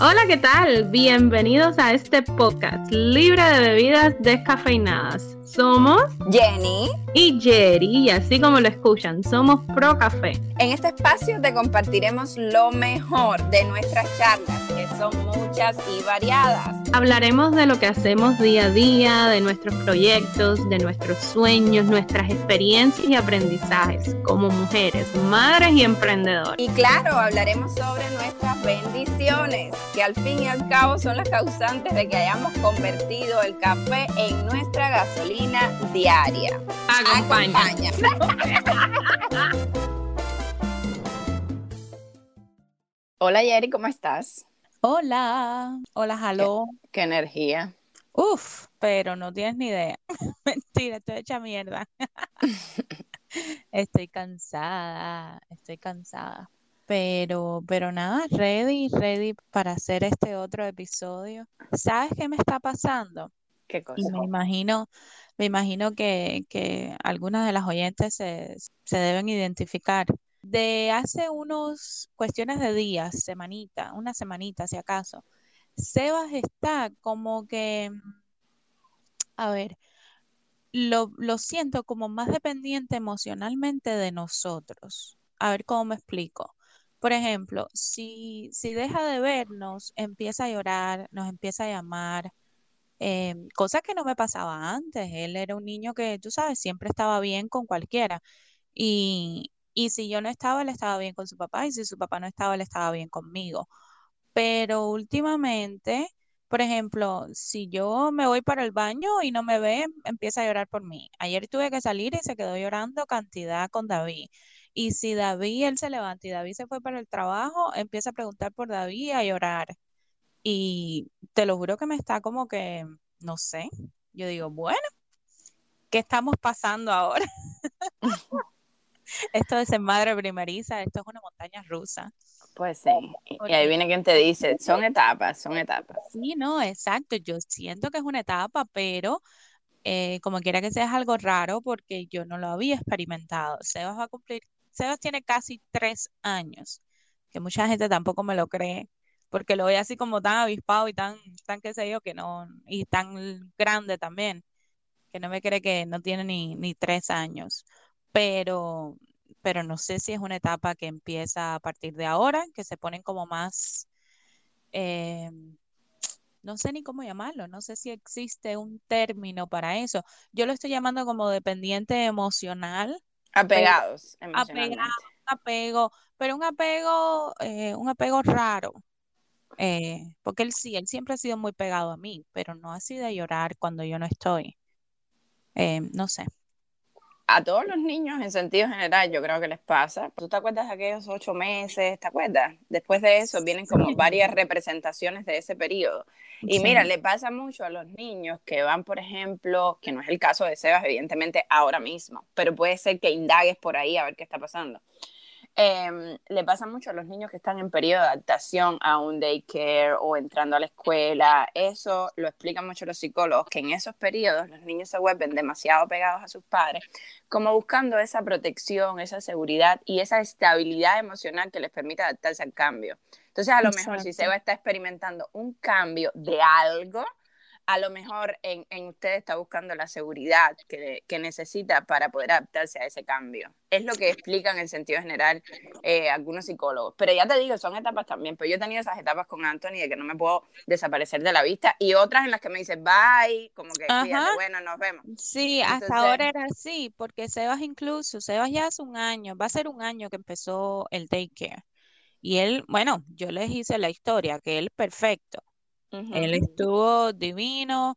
Hola, ¿qué tal? Bienvenidos a este podcast libre de bebidas descafeinadas. Somos Jenny y Jerry, y así como lo escuchan, somos Pro Café. En este espacio te compartiremos lo mejor de nuestras charlas, que son muchas y variadas. Hablaremos de lo que hacemos día a día, de nuestros proyectos, de nuestros sueños, nuestras experiencias y aprendizajes como mujeres, madres y emprendedoras. Y claro, hablaremos sobre nuestras bendiciones, que al fin y al cabo son las causantes de que hayamos convertido el café en nuestra gasolina diaria. Acompaña. Hola Yeri, ¿cómo estás? Hola, hello. ¿Qué energía? Uf, pero no tienes ni idea. Mentira, estoy hecha mierda. Estoy cansada. Pero nada, ready para hacer este otro episodio. ¿Sabes qué me está pasando? ¿Qué cosa? Y me imagino que algunas de las oyentes se deben identificar. De hace unos cuestiones de días, una semanita si acaso, Sebas está como que, a ver, lo siento como más dependiente emocionalmente de nosotros. A ver cómo me explico. Por ejemplo, si deja de vernos, empieza a llorar, nos empieza a llamar, cosa que no me pasaba antes. Él era un niño que, tú sabes, siempre estaba bien con cualquiera. Y si yo no estaba, él estaba bien con su papá, y si su papá no estaba, él estaba bien conmigo. Pero últimamente, por ejemplo, si yo me voy para el baño y no me ve, empieza a llorar por mí. Ayer tuve que salir y se quedó llorando cantidad con David. Y si David, él se levanta y David se fue para el trabajo, empieza a preguntar por David y a llorar. Y te lo juro que me está como que, no sé, yo digo, bueno, ¿qué estamos pasando ahora? Esto de ser madre primeriza, esto es una montaña rusa. Pues sí, y ahí viene quien te dice, son etapas. Sí, no, exacto. Yo siento que es una etapa, pero como quiera que sea es algo raro porque yo no lo había experimentado. Sebas tiene casi 3 años, que mucha gente tampoco me lo cree, porque lo ve así como tan avispado y tan qué sé yo, que no, y tan grande también, que no me cree que no tiene ni 3 años. Pero, pero no sé si es una etapa que empieza a partir de ahora, que se ponen como más eh, no sé ni cómo llamarlo, no sé si existe un término para eso. Yo lo estoy llamando como dependiente emocional, pero Apegados apegado, emocionalmente. pero un apego raro. Porque él siempre ha sido muy pegado a mí, pero no así de llorar cuando yo no estoy. No sé. A todos los niños en sentido general yo creo que les pasa. ¿Tú te acuerdas de aquellos 8 meses? ¿Te acuerdas? Después de eso vienen como varias representaciones de ese periodo. Y Sí. mira, le pasa mucho a los niños que van, por ejemplo, que no es el caso de Sebas, evidentemente, ahora mismo, pero puede ser que indagues por ahí a ver qué está pasando. Le pasa mucho a los niños que están en periodo de adaptación a un daycare o entrando a la escuela. Eso lo explican mucho los psicólogos, que en esos periodos los niños se vuelven demasiado pegados a sus padres, como buscando esa protección, esa seguridad y esa estabilidad emocional que les permita adaptarse al cambio. Entonces, a lo mejor si Seba está experimentando un cambio de algo, a lo mejor en usted está buscando la seguridad que necesita para poder adaptarse a ese cambio. Es lo que explican en sentido general algunos psicólogos. Pero ya te digo, son etapas también. Pero yo he tenido esas etapas con Anthony de que no me puedo desaparecer de la vista y otras en las que me dice bye, como que cuídate, bueno, nos vemos. Sí, Entonces, hasta ahora era así, porque Sebas ya hace un año, va a ser un año que empezó el daycare. Y él, bueno, yo les hice la historia, que él perfecto. Él estuvo divino,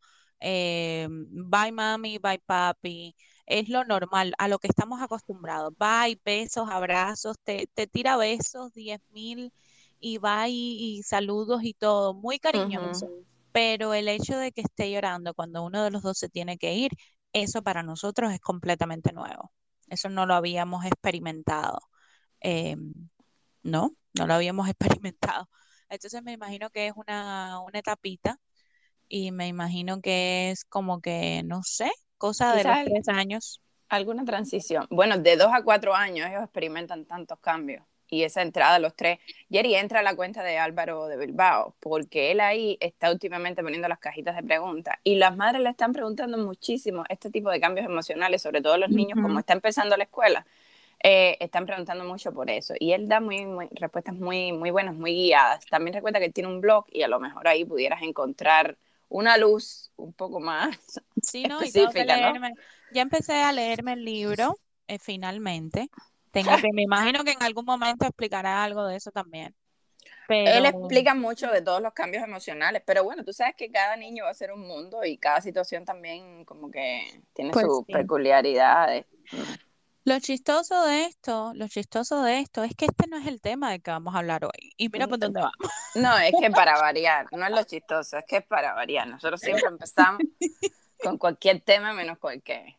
bye mami, bye papi, es lo normal, a lo que estamos acostumbrados. Bye, besos, abrazos, te tira besos, 10.000 y bye y saludos y todo, muy cariñoso. Pero el hecho de que esté llorando cuando uno de los dos se tiene que ir, eso para nosotros es completamente nuevo. Eso no lo habíamos experimentado. Em, no lo habíamos experimentado. Entonces me imagino que es una etapita y me imagino que es como que, no sé, cosa de los quizás 3 años. alguna transición. Bueno, de 2 a 4 años ellos experimentan tantos cambios. y esa entrada a los tres. Jerry, entra a la cuenta de Álvaro de Bilbao, porque él ahí está últimamente poniendo las cajitas de preguntas y las madres le están preguntando muchísimo este tipo de cambios emocionales, sobre todo los niños, como está empezando la escuela, están preguntando mucho por eso. Y él da respuestas muy buenas, muy guiadas. También recuerda que él tiene un blog y a lo mejor ahí pudieras encontrar una luz un poco más Sí, no, y tengo que específica, ¿no? leerme. Ya empecé a leerme el libro, finalmente. Tengo que, me imagino que en algún momento explicará algo de eso también. Él Pero explica mucho de todos los cambios emocionales, pero bueno, tú sabes que cada niño va a ser un mundo y cada situación también como que tiene pues sus sí. peculiaridades. Lo chistoso de esto es que este no es el tema de que vamos a hablar hoy. Y mira por dónde vamos. No, es que para variar, no es lo chistoso, es que es para variar. Nosotros siempre empezamos con cualquier tema menos cualquier.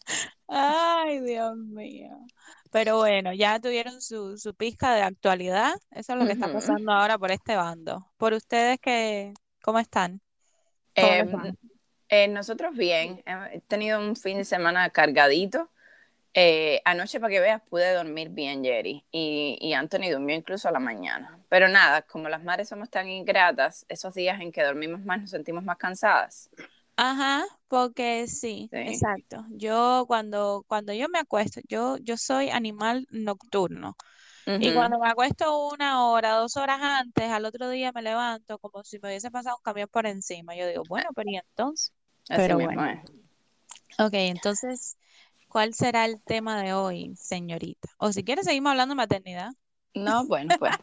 Ay, Dios mío. Pero bueno, ya tuvieron su pizca de actualidad. Eso es lo que está pasando ahora por este bando. Por ustedes ¿cómo están? ¿Cómo les va? Nosotros bien, he tenido un fin de semana cargadito. Anoche, para que veas, pude dormir bien, Jerry, y Anthony durmió incluso a la mañana. Pero nada, como las madres somos tan ingratas, esos días en que dormimos más nos sentimos más cansadas. Ajá, porque sí, Sí. exacto. Yo cuando yo me acuesto, yo soy animal nocturno. Y cuando me acuesto 1 hora, 2 horas antes, al otro día me levanto como si me hubiese pasado un camión por encima. Yo digo, bueno, pero ¿y entonces? Así Pero mismo bueno. es. Ok, entonces, ¿cuál será el tema de hoy, señorita? O si quieres, seguimos hablando de maternidad. No, bueno, pues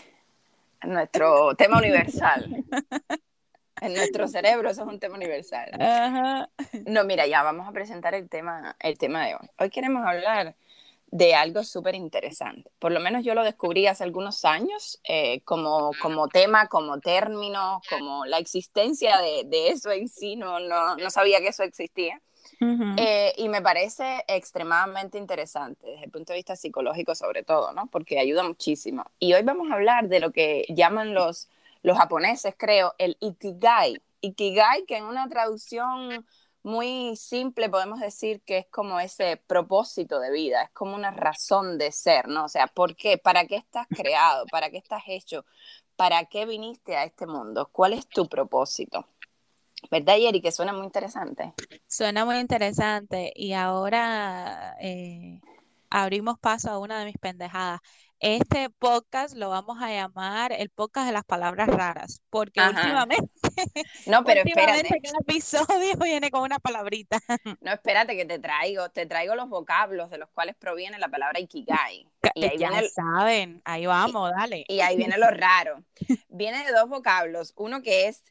nuestro tema universal. En nuestro cerebro eso es un tema universal. Ajá. No, mira, ya vamos a presentar el tema de hoy. Hoy queremos hablar de algo súper interesante. Por lo menos yo lo descubrí hace algunos años como tema, como término, como la existencia de eso en sí. No sabía que eso existía. Y me parece extremadamente interesante desde el punto de vista psicológico sobre todo, ¿no? Porque ayuda muchísimo. Y hoy vamos a hablar de lo que llaman los japoneses, creo, el ikigai. Ikigai, que en una traducción muy simple podemos decir que es como ese propósito de vida, es como una razón de ser, ¿no? O sea, ¿por qué? ¿Para qué estás creado? ¿Para qué estás hecho? ¿Para qué viniste a este mundo? ¿Cuál es tu propósito? ¿Verdad, Yeri? Que suena muy interesante. Suena muy interesante y ahora abrimos paso a una de mis pendejadas. Este podcast lo vamos a llamar el podcast de las palabras raras, porque Ajá. últimamente, No, pero últimamente espérate. cada episodio viene con una palabrita. No, espérate que te traigo los vocablos de los cuales proviene la palabra ikigai. Y ahí Ya viene, saben, ahí y, vamos, dale. y ahí viene lo raro. Viene de dos vocablos. Uno que es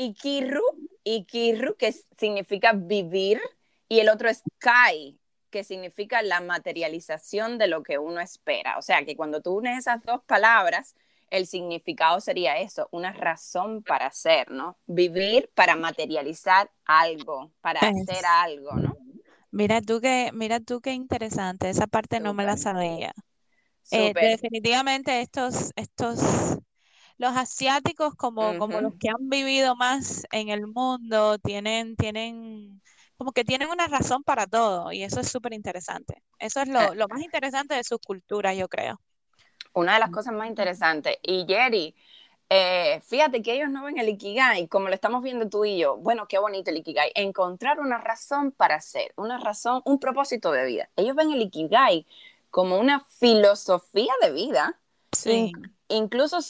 ikiru, que significa vivir, y el otro es kai, que significa la materialización de lo que uno espera. O sea, que cuando tú unes esas dos palabras, el significado sería eso, una razón para ser, ¿no? Vivir para materializar algo, para hacer Es- algo, ¿no? mira tú qué interesante, esa parte no me la Súper, sabía. súper. Definitivamente los asiáticos como los Uh-huh. que han vivido más en el mundo como que tienen una razón para todo y eso es súper interesante. Eso es Eh, lo más interesante de sus culturas, yo creo. una de las cosas más interesantes. Y Jerry, fíjate que ellos no ven el Ikigai como lo estamos viendo tú y yo. Bueno, qué bonito el Ikigai. Encontrar una razón para ser, una razón, un propósito de vida. Ellos ven el Ikigai como una filosofía de vida. Sí. Incluso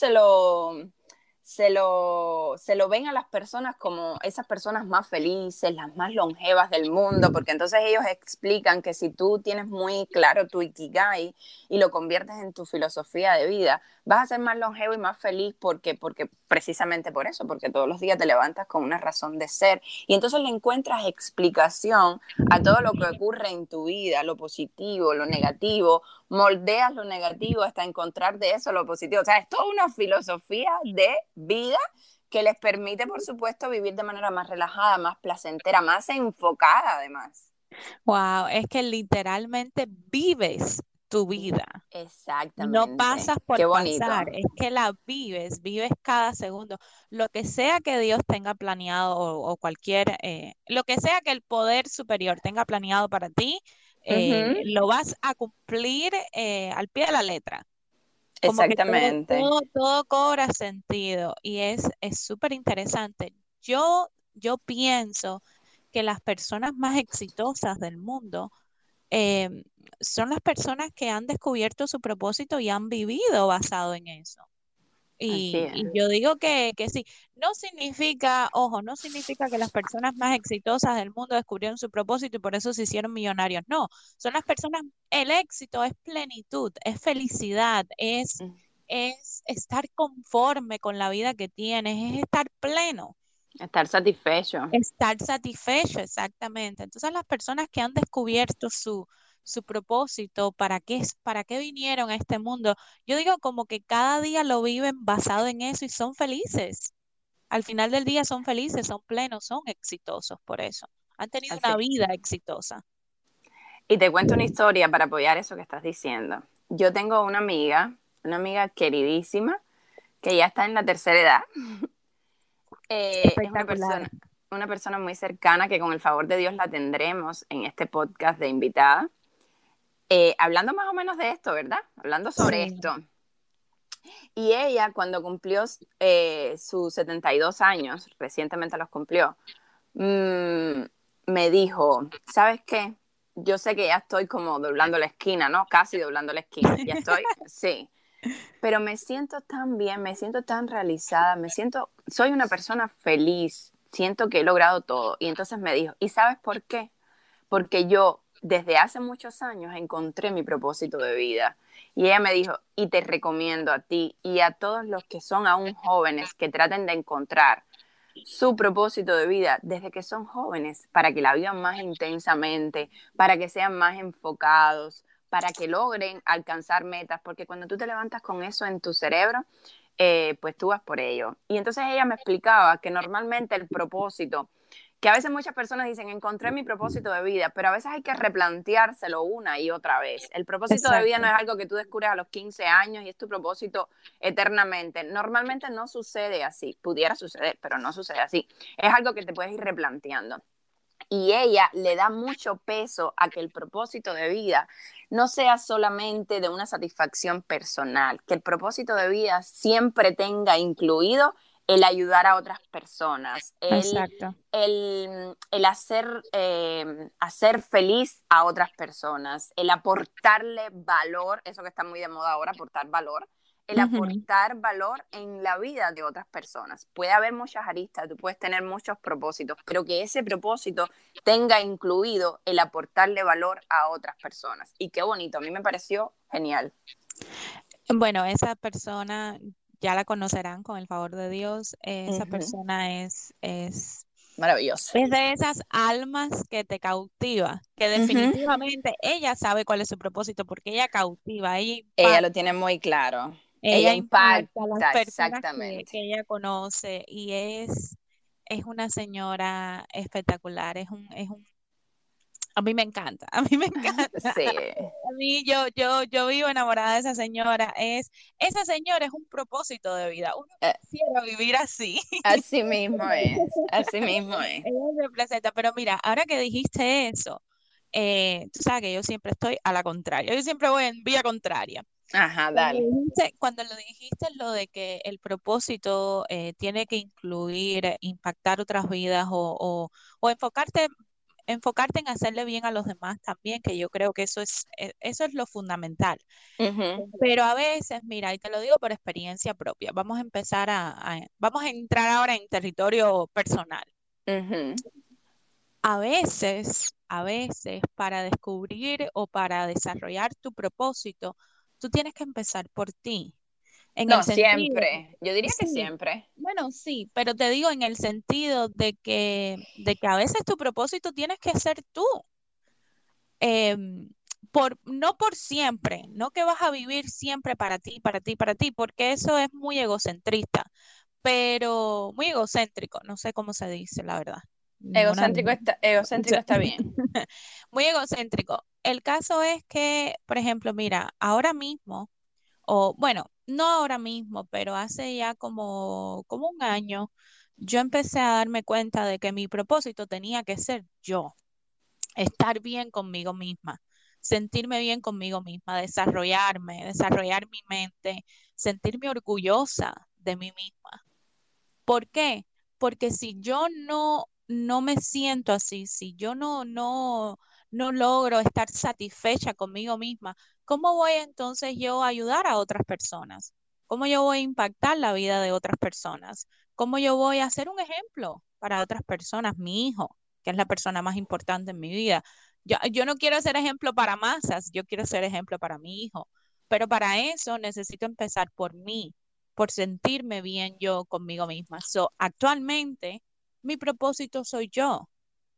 se lo ven a las personas como esas personas más felices, las más longevas del mundo, porque entonces ellos explican que si tú tienes muy claro tu ikigai y lo conviertes en tu filosofía de vida, vas a ser más longevo y más feliz porque precisamente por eso, porque todos los días te levantas con una razón de ser y entonces le encuentras explicación a todo lo que ocurre en tu vida, lo positivo, lo negativo, moldeas lo negativo hasta encontrar de eso lo positivo. O sea, es toda una filosofía de vida que les permite, por supuesto, vivir de manera más relajada, más placentera, más enfocada además. Wow, es que literalmente vives tu vida. No Exactamente. pasas por Qué bonito. pasar, es que la vives cada segundo. Lo que sea que Dios tenga planeado o cualquier, lo que sea que el poder superior tenga planeado para ti, Uh-huh. lo vas a cumplir al pie de la letra. Como que todo, Exactamente. todo, todo cobra sentido y es súper interesante. Yo pienso que las personas más exitosas del mundo eh, son las personas que han descubierto su propósito y han vivido basado en eso. Así Y es. yo digo que sí, no significa, ojo, no significa que las personas más exitosas del mundo descubrieron su propósito y por eso se hicieron millonarios. No, son las personas, el éxito es plenitud, es felicidad, Mm. es estar conforme con la vida que tienes, es estar pleno. Estar satisfecho. Estar satisfecho, exactamente. Entonces las personas que han descubierto su propósito, para qué vinieron a este mundo, yo digo como que cada día lo viven basado en eso y son felices. Al final del día son felices, son plenos, son exitosos por eso. Han tenido una Así. vida exitosa. Y te cuento una historia para apoyar eso que estás diciendo. Yo tengo una amiga queridísima, que ya está en la tercera edad. Es Espectacular. una persona muy cercana que con el favor de Dios la tendremos en este podcast de invitada. Hablando más o menos de esto, ¿verdad? Hablando sobre Sí. esto. Y ella, cuando cumplió sus 72 años, recientemente los cumplió, mm, me dijo, ¿sabes qué? Yo sé que ya estoy como doblando la esquina, ¿no? Casi doblando la esquina. Ya estoy, sí. Pero me siento tan bien, me siento tan realizada, soy una persona feliz, siento que he logrado todo. Y entonces me dijo, ¿y sabes por qué? Porque yo desde hace muchos años encontré mi propósito de vida. Y ella me dijo, y te recomiendo a ti y a todos los que son aún jóvenes que traten de encontrar su propósito de vida desde que son jóvenes, para que la vivan más intensamente, para que sean más enfocados, para que logren alcanzar metas, porque cuando tú te levantas con eso en tu cerebro, pues tú vas por ello. Y entonces ella me explicaba que normalmente el propósito, que a veces muchas personas dicen, encontré mi propósito de vida, pero a veces hay que replanteárselo una y otra vez. El propósito de vida no Exacto. es algo que tú descubres a los 15 años y es tu propósito eternamente. Normalmente no sucede así, pudiera suceder, pero no sucede así. Es algo que te puedes ir replanteando. Y ella le da mucho peso a que el propósito de vida no sea solamente de una satisfacción personal, que el propósito de vida siempre tenga incluido el ayudar a otras personas, Exacto. el hacer feliz a otras personas, el aportarle valor, eso que está muy de moda ahora, aportar valor, el Ujú. aportar valor en la vida de otras personas. Puede haber muchas aristas, tú puedes tener muchos propósitos, pero que ese propósito tenga incluido el aportarle valor a otras personas. Y qué bonito, a mí me pareció genial. Bueno, esa persona ya la conocerán con el favor de Dios. Esa Ujú. persona es Maravilloso. de esas almas que te cautiva, que Ujú. definitivamente ella sabe cuál es su propósito porque ella cautiva, Ella lo tiene muy claro. Ella ella impacta a las impacta, personas exactamente. que ella conoce y es una señora espectacular, a mí me encanta, a mí me encanta. Sí, A mí yo vivo enamorada de esa señora. Esa señora es un propósito de vida. Uno eh, quisiera vivir así. así mismo es, así mismo es. Ella representa, pero mira, ahora que dijiste eso, tú sabes que yo siempre estoy a la contraria, yo siempre voy en vía contraria. Ajá, dale. Cuando lo dijiste, lo de que el propósito tiene que incluir impactar otras vidas o enfocarte en hacerle bien a los demás también, que yo creo que eso es lo fundamental. Ujú, Pero a veces, mira, y te lo digo por experiencia propia, vamos a entrar ahora en territorio personal. ujú. A veces, para descubrir o para desarrollar tu propósito, tú tienes que empezar por ti. En el No, sentido, siempre. Yo diría que sí, siempre. bueno, sí, pero te digo en el sentido de que a veces tu propósito tienes que ser tú. em, no por siempre, no que vas a vivir siempre para ti, para ti, para ti, porque eso es muy egocentrista, pero muy egocéntrico, no sé cómo se dice, la verdad. Ninguna de las dos. Egocéntrico está bien. Muy egocéntrico. El caso es que, por ejemplo, mira, ahora mismo, o bueno, no ahora mismo, pero hace ya como un año, yo empecé a darme cuenta de que mi propósito tenía que ser yo, estar bien conmigo misma. sentirme bien conmigo misma, desarrollar mi mente, sentirme orgullosa de mí misma. ¿Por qué? Porque si yo no me siento así, si yo no logro estar satisfecha conmigo misma, ¿cómo voy entonces yo a ayudar a otras personas? ¿Cómo yo voy a impactar la vida de otras personas? ¿Cómo yo voy a ser un ejemplo para otras personas? Mi hijo, que es la persona más importante en mi vida. Yo no quiero ser ejemplo para masas, yo quiero ser ejemplo para mi hijo, pero para eso necesito empezar por mí, por sentirme bien yo conmigo misma. So, actualmente, mi propósito soy yo.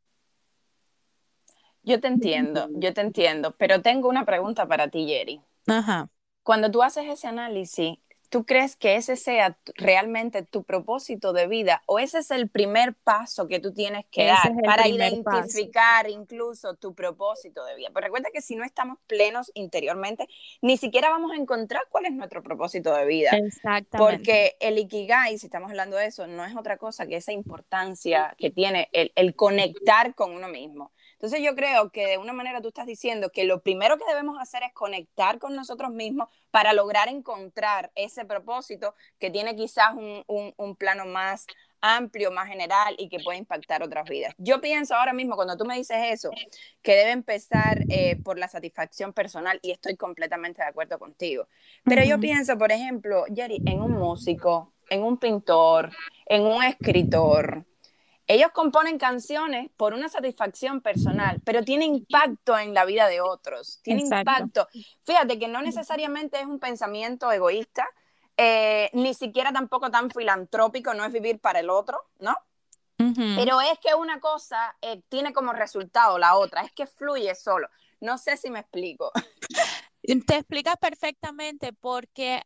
Yo te entiendo, pero tengo una pregunta para ti, Jerry. Ajá. Cuando tú haces ese análisis, ¿tú crees que ese sea realmente tu propósito de vida o ese es el primer paso que tú tienes que Ese dar es el para primer paso. identificar incluso tu propósito de vida? Pues recuerda que si no estamos plenos interiormente, ni siquiera vamos a encontrar cuál es nuestro propósito de vida. Exactamente. Porque el Ikigai, si estamos hablando de eso, no es otra cosa que esa importancia que tiene el conectar con uno mismo. Entonces yo creo que de una manera tú estás diciendo que lo primero que debemos hacer es conectar con nosotros mismos para lograr encontrar ese propósito que tiene quizás un plano más amplio, más general y que puede impactar otras vidas. Yo pienso ahora mismo, cuando tú me dices eso, que debe empezar por la satisfacción personal y estoy completamente de acuerdo contigo. Pero yo pienso, por ejemplo, Jerry, en un músico, en un pintor, en un escritor. Ellos componen canciones por una satisfacción personal, pero tiene impacto en la vida de otros, tiene Exacto. impacto. Fíjate que no necesariamente es un pensamiento egoísta, ni siquiera tampoco tan filantrópico, no es vivir para el otro, ¿no? Pero es que una cosa tiene como resultado la otra, es que fluye solo. No sé si me explico. Te explicas perfectamente porque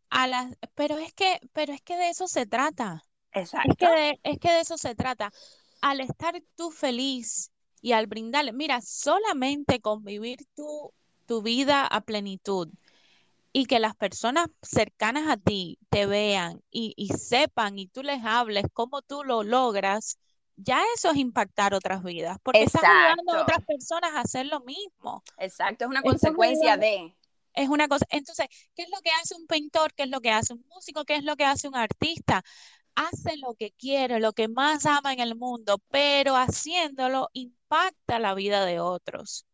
pero es que de eso se trata. Exacto. Es que de eso se trata. Al estar tú feliz y al brindarle, mira, solamente con vivir tu vida a plenitud y que las personas cercanas a ti te vean y sepan y tú les hables cómo tú lo logras, ya eso es impactar otras vidas, porque estás ayudando a otras Exacto. personas a hacer lo mismo. Exacto. Es una Estás consecuencia ayudando. de. Es una cosa. Entonces, ¿qué es lo que hace un pintor? ¿Qué es lo que hace un músico? ¿Qué es lo que hace un artista? Hace lo que quiere, lo que más ama en el mundo, pero haciéndolo impacta la vida de otros.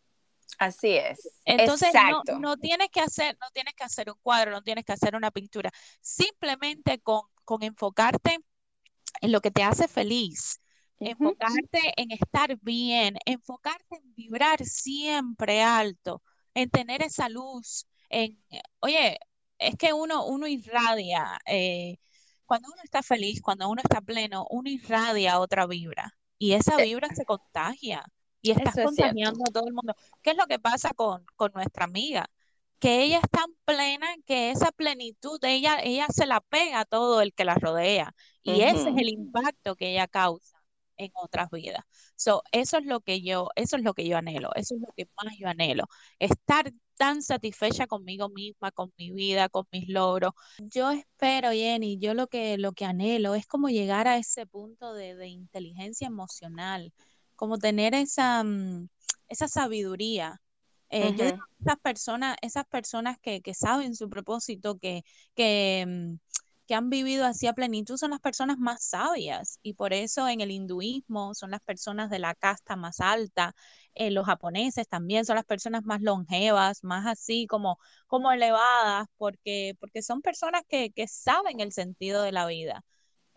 Así es. Entonces, Exacto. no tienes que hacer un cuadro, no tienes que hacer una pintura. Simplemente con enfocarte en lo que te hace feliz, Uh-huh. enfocarte en estar bien, enfocarte en vibrar siempre alto, en tener esa luz, oye, es que uno irradia, cuando uno está feliz, cuando uno está pleno, uno irradia otra vibra y esa vibra se contagia y estás Eso es cierto. contagiando a todo el mundo. ¿Qué es lo que pasa con nuestra amiga? Que ella es tan plena que esa plenitud, ella se la pega a todo el que la rodea. Y ese es Uh-huh. el impacto que ella causa en otras vidas. So, eso es lo que yo anhelo, eso es lo que más yo anhelo, estar tan satisfecha conmigo misma, con mi vida, con mis logros. Yo espero, Jenny, yo lo que anhelo es como llegar a ese punto de inteligencia emocional, como tener esa sabiduría. Yo digo, Uh-huh. esas personas que saben su propósito, que, mm, que han vivido así a plenitud, son las personas más sabias. Y por eso en el hinduismo son las personas de la casta más alta. Los japoneses también son las personas más longevas, más así como elevadas, porque son personas que saben el sentido de la vida.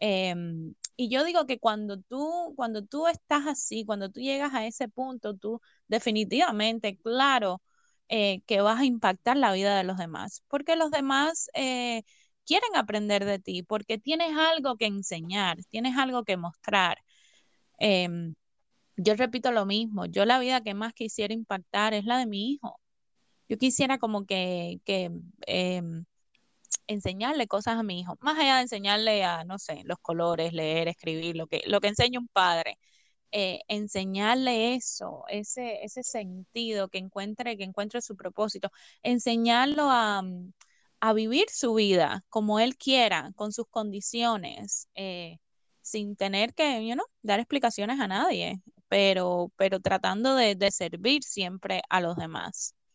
Y yo digo que cuando tú estás así, cuando tú llegas a ese punto, tú definitivamente, claro, que vas a impactar la vida de los demás, porque los demás quieren aprender de ti, porque tienes algo que enseñar, tienes algo que mostrar. Em, yo repito lo mismo, yo la vida que más quisiera impactar es la de mi hijo. Yo quisiera como que em, enseñarle cosas a mi hijo, más allá de enseñarle a, no sé, los colores, leer, escribir, lo que enseña un padre, enseñarle eso, ese sentido, que encuentre su propósito, enseñarlo a vivir su vida como él quiera, con sus condiciones, sin tener que, dar explicaciones a nadie, pero tratando de servir siempre a los demás.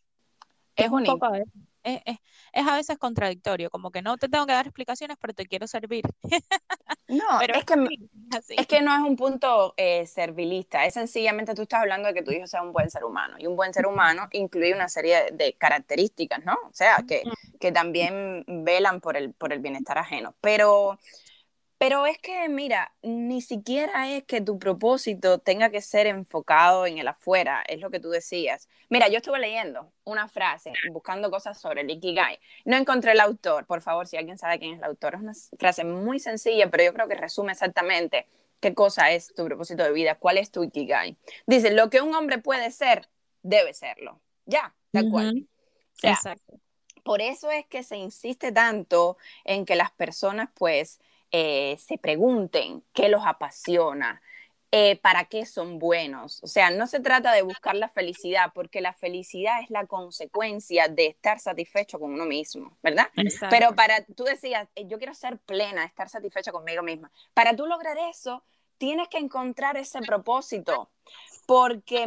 que Es es un bonito. poco es a veces contradictorio, como que no te tengo que dar explicaciones, pero te quiero servir. No, Pero es que sí, es Es así. que no es un punto servilista, es sencillamente tú estás hablando de que tu hijo sea un buen ser humano y un buen ser humano incluye una serie de características, ¿no? O sea, que también velan por el bienestar ajeno. Pero es que, mira, ni siquiera es que tu propósito tenga que ser enfocado en el afuera, es lo que tú decías. Mira, yo estuve leyendo una frase, buscando cosas sobre el Ikigai. No encontré el autor, por favor, si alguien sabe quién es el autor. Es una frase muy sencilla, pero yo creo que resume exactamente qué cosa es tu propósito de vida, cuál es tu Ikigai. Dice, lo que un hombre puede ser, debe serlo. Ya, tal cual. Ujú, O sea, exacto. por eso es que se insiste tanto en que las personas pues se pregunten qué los apasiona, para qué son buenos. O sea, no se trata de buscar la felicidad, porque la felicidad es la consecuencia de estar satisfecho con uno mismo, ¿verdad? Pero Exacto. tú decías, yo quiero ser plena, estar satisfecho conmigo misma. Para tú lograr eso, tienes que encontrar ese propósito, porque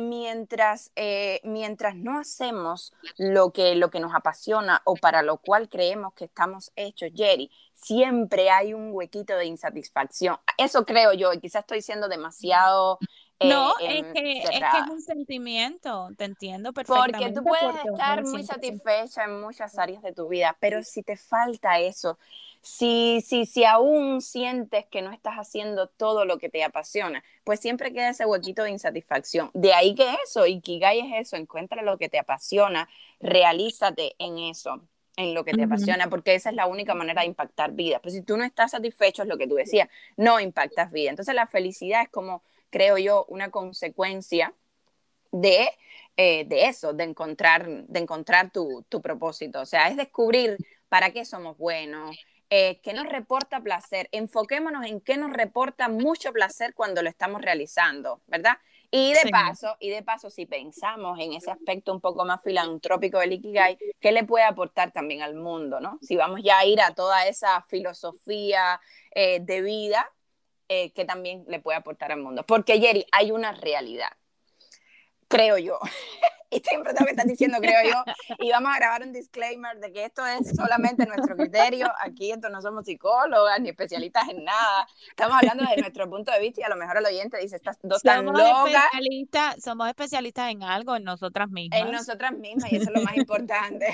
mientras no hacemos lo que nos apasiona o para lo cual creemos que estamos hechos, Jerry, siempre hay un huequito de insatisfacción. Eso creo yo, y quizás estoy siendo demasiado No, es que es cerrada. un sentimiento, te entiendo Porque tú perfectamente puedes porque uno estar lo muy siente así. satisfecha en muchas áreas de tu vida, pero si te falta eso, si aún sientes que no estás haciendo todo lo que te apasiona, pues siempre queda ese huequito de insatisfacción. De ahí que eso, Ikigai es eso, encuentra lo que te apasiona, realízate en eso, en lo que te Ujú, apasiona, porque esa es la única manera de impactar vida. Pues si tú no estás satisfecho, es lo que tú decías, no impactas vida. Entonces la felicidad es como, creo yo, una consecuencia de, de eso, de encontrar tu propósito. O sea, es descubrir para qué somos buenos, qué nos reporta placer. Enfoquémonos en qué nos reporta mucho placer cuando lo estamos realizando, ¿verdad? sí. Y de paso, si pensamos en ese aspecto un poco más filantrópico del Ikigai, ¿qué le puede aportar también al mundo, ¿no? Si vamos ya a ir a toda esa filosofía de vida, que también le puede aportar al mundo. Porque, Jerry, hay una realidad, creo yo. Y siempre tengo que estar diciendo, creo yo, y vamos a grabar un disclaimer de que esto es solamente nuestro criterio. Aquí esto no somos psicólogas ni especialistas en nada. Estamos hablando de nuestro punto de vista y a lo mejor el oyente dice, estas dos tan locas Somos especialistas en algo, en nosotras en mismas. nosotras mismas y eso es lo más importante.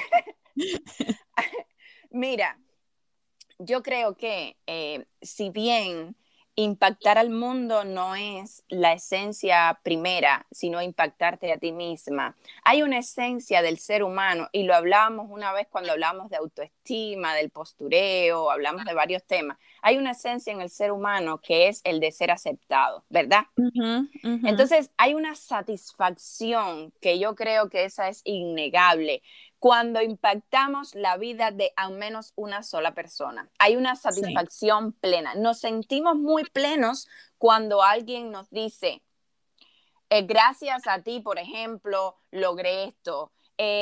Mira, yo creo que si bien impactar al mundo no es la esencia primera, sino impactarte a ti misma, hay una esencia del ser humano y lo hablábamos una vez cuando hablamos de autoestima, del postureo, hablamos de varios temas. Hay una esencia en el ser humano que es el de ser aceptado, ¿verdad? Ujú, ujú. Entonces, hay una satisfacción que yo creo que esa es innegable cuando impactamos la vida de al menos una sola persona. Hay una Sí. satisfacción plena. Nos sentimos muy plenos cuando alguien nos dice, gracias a ti, por ejemplo, logré esto.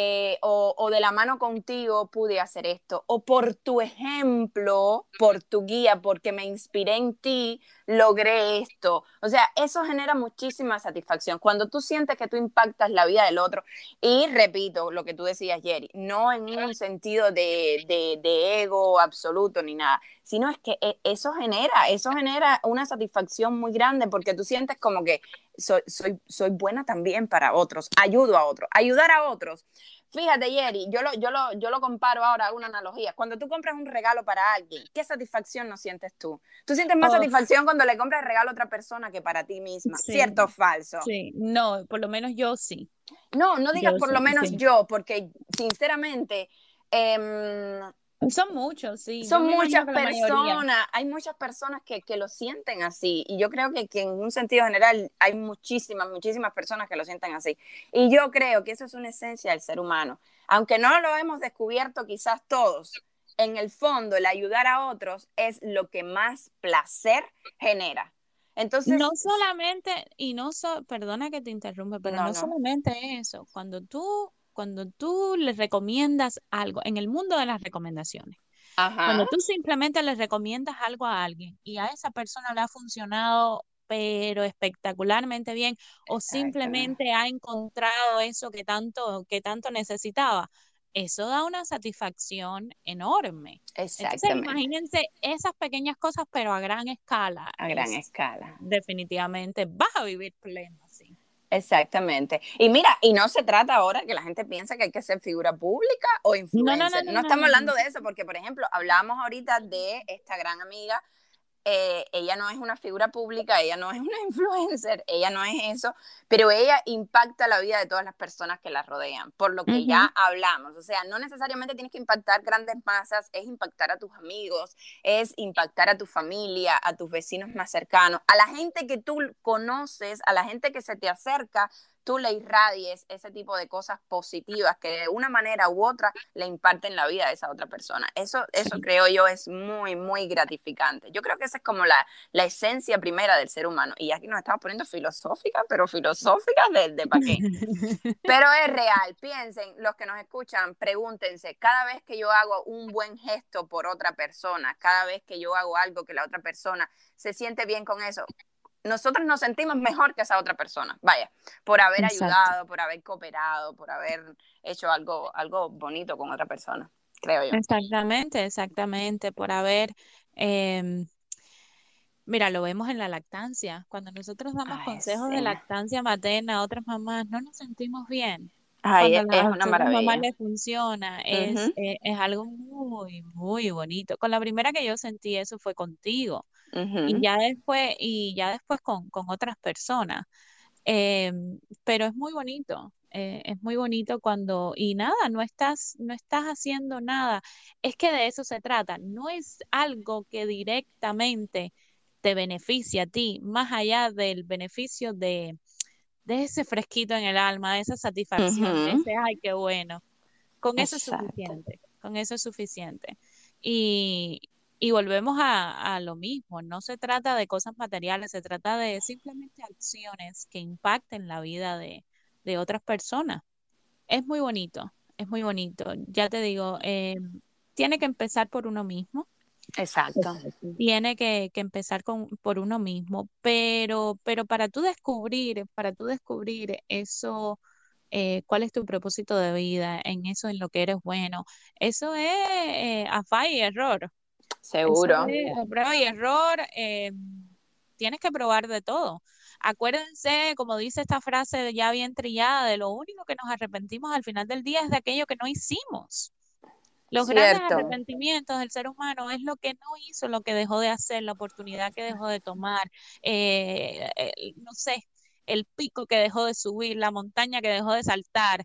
O de la mano contigo pude hacer esto, o por tu ejemplo, por tu guía, porque me inspiré en ti, logré esto. O sea, eso genera muchísima satisfacción. Cuando tú sientes que tú impactas la vida del otro, y repito lo que tú decías, Jerry, no en un sentido de ego absoluto ni nada, sino es que eso genera una satisfacción muy grande porque tú sientes como que soy buena también para otros, ayudo a otros, ayudar a otros. Fíjate, Jerry, yo lo comparo ahora, hago una analogía. Cuando tú compras un regalo para alguien, ¿qué satisfacción no sientes tú? Tú sientes más Oh, satisfacción cuando le compras el regalo a otra persona que para ti misma. ¿Cierto o sí, falso? sí. No, por lo menos yo sí. No, no digas Yo por sí, lo menos sí. yo, porque sinceramente eh, Son muchos, sí. Yo son me imagino muchas que la mayoría. personas, hay muchas personas que lo sienten así y yo creo que en un sentido general hay muchísimas personas que lo sienten así. Y yo creo que eso es una esencia del ser humano. Aunque no lo hemos descubierto quizás todos, en el fondo el ayudar a otros es lo que más placer genera. No Entonces, solamente, perdona que te interrumpa, pero no, no no. solamente eso. Cuando tú les recomiendas algo, en el mundo de las recomendaciones, Ajá, cuando tú simplemente le recomiendas algo a alguien y a esa persona le ha funcionado, pero espectacularmente bien, o exacto. simplemente ha encontrado eso que tanto necesitaba, eso da una satisfacción enorme. Entonces, Exactamente, imagínense esas pequeñas cosas, pero a gran escala. a gran escala. Definitivamente vas a vivir pleno, sí. Exactamente. Y mira, y no se trata ahora que la gente piensa que hay que ser figura pública o influencer. No estamos hablando de eso porque, por ejemplo, hablamos ahorita de esta gran amiga. Ella no es una figura pública, ella no es una influencer, ella no es eso, pero ella impacta la vida de todas las personas que la rodean, por lo que ya hablamos. O sea, no necesariamente tienes que impactar grandes masas, es impactar a tus amigos, es impactar a tu familia, a tus vecinos más cercanos, a la gente que tú conoces, a la gente que se te acerca, tú le irradies ese tipo de cosas positivas que de una manera u otra le imparten la vida a esa otra persona. Eso creo yo es muy, muy gratificante. Yo creo que esa es como la esencia primera del ser humano. Y aquí nos estamos poniendo filosóficas, pero filosóficas de pa' qué. Pero es real. Piensen, los que nos escuchan, pregúntense, cada vez que yo hago un buen gesto por otra persona, cada vez que yo hago algo que la otra persona se siente bien con eso, nosotros nos sentimos mejor que esa otra persona, vaya, por haber ayudado, por haber cooperado, por haber hecho algo bonito con otra persona, creo yo. Exactamente, por haber, mira, lo vemos en la lactancia. Cuando nosotros damos consejos sí. de lactancia materna a otras mamás, no nos sentimos bien. Ay, Cuando es a una una mamá maravilla. le funciona, es algo muy, muy bonito. Con la primera que yo sentí eso fue contigo. Y ya después con otras personas. Pero es muy bonito cuando, y nada, no estás haciendo nada. Es que de eso se trata, no es algo que directamente te beneficia a ti, más allá del beneficio de ese fresquito en el alma, de esa satisfacción, de ese, ay, qué bueno. Con eso es Exacto. suficiente, con eso es suficiente. Y, y volvemos a lo mismo, no se trata de cosas materiales, se trata de simplemente acciones que impacten la vida de otras personas. Es muy bonito, es muy bonito. Ya te digo, tiene que empezar por uno mismo. Exacto. Tiene que empezar por uno mismo, pero para tú descubrir eso, cuál es tu propósito de vida, en eso en lo que eres bueno, eso es a falla y error. Eso Seguro. es a prueba y error. Tienes que probar de todo. Acuérdense, como dice esta frase ya bien trillada, de lo único que nos arrepentimos al final del día es de aquello que no hicimos. Los grandes Cierto. arrepentimientos del ser humano es lo que no hizo, lo que dejó de hacer, la oportunidad que dejó de tomar, no sé, el pico que dejó de subir, la montaña que dejó de saltar.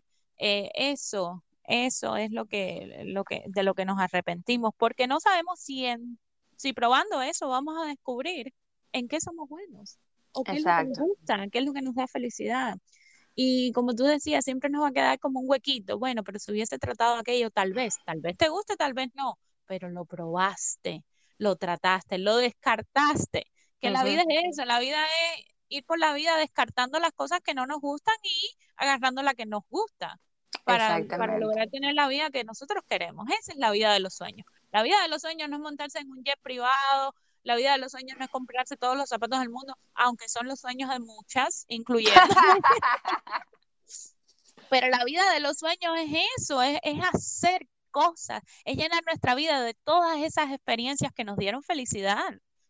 Eso es de lo que nos arrepentimos, porque no sabemos si probando eso vamos a descubrir en qué somos buenos, o qué es lo que nos Exacto. gusta, qué es lo que nos da felicidad. Y como tú decías, siempre nos va a quedar como un huequito. Bueno, pero si hubiese tratado aquello, tal vez te guste, tal vez no, pero lo probaste, lo trataste, lo descartaste. Que la vida es eso, la vida es ir por la vida descartando las cosas que no nos gustan y agarrando la que nos gusta para Exactamente. lograr tener la vida que nosotros queremos. Esa es la vida de los sueños. La vida de los sueños no es montarse en un jet privado, la vida de los sueños no es comprarse todos los zapatos del mundo, aunque son los sueños de muchas, incluyendo. Pero la vida de los sueños es eso, es hacer cosas, es llenar nuestra vida de todas esas experiencias que nos dieron felicidad.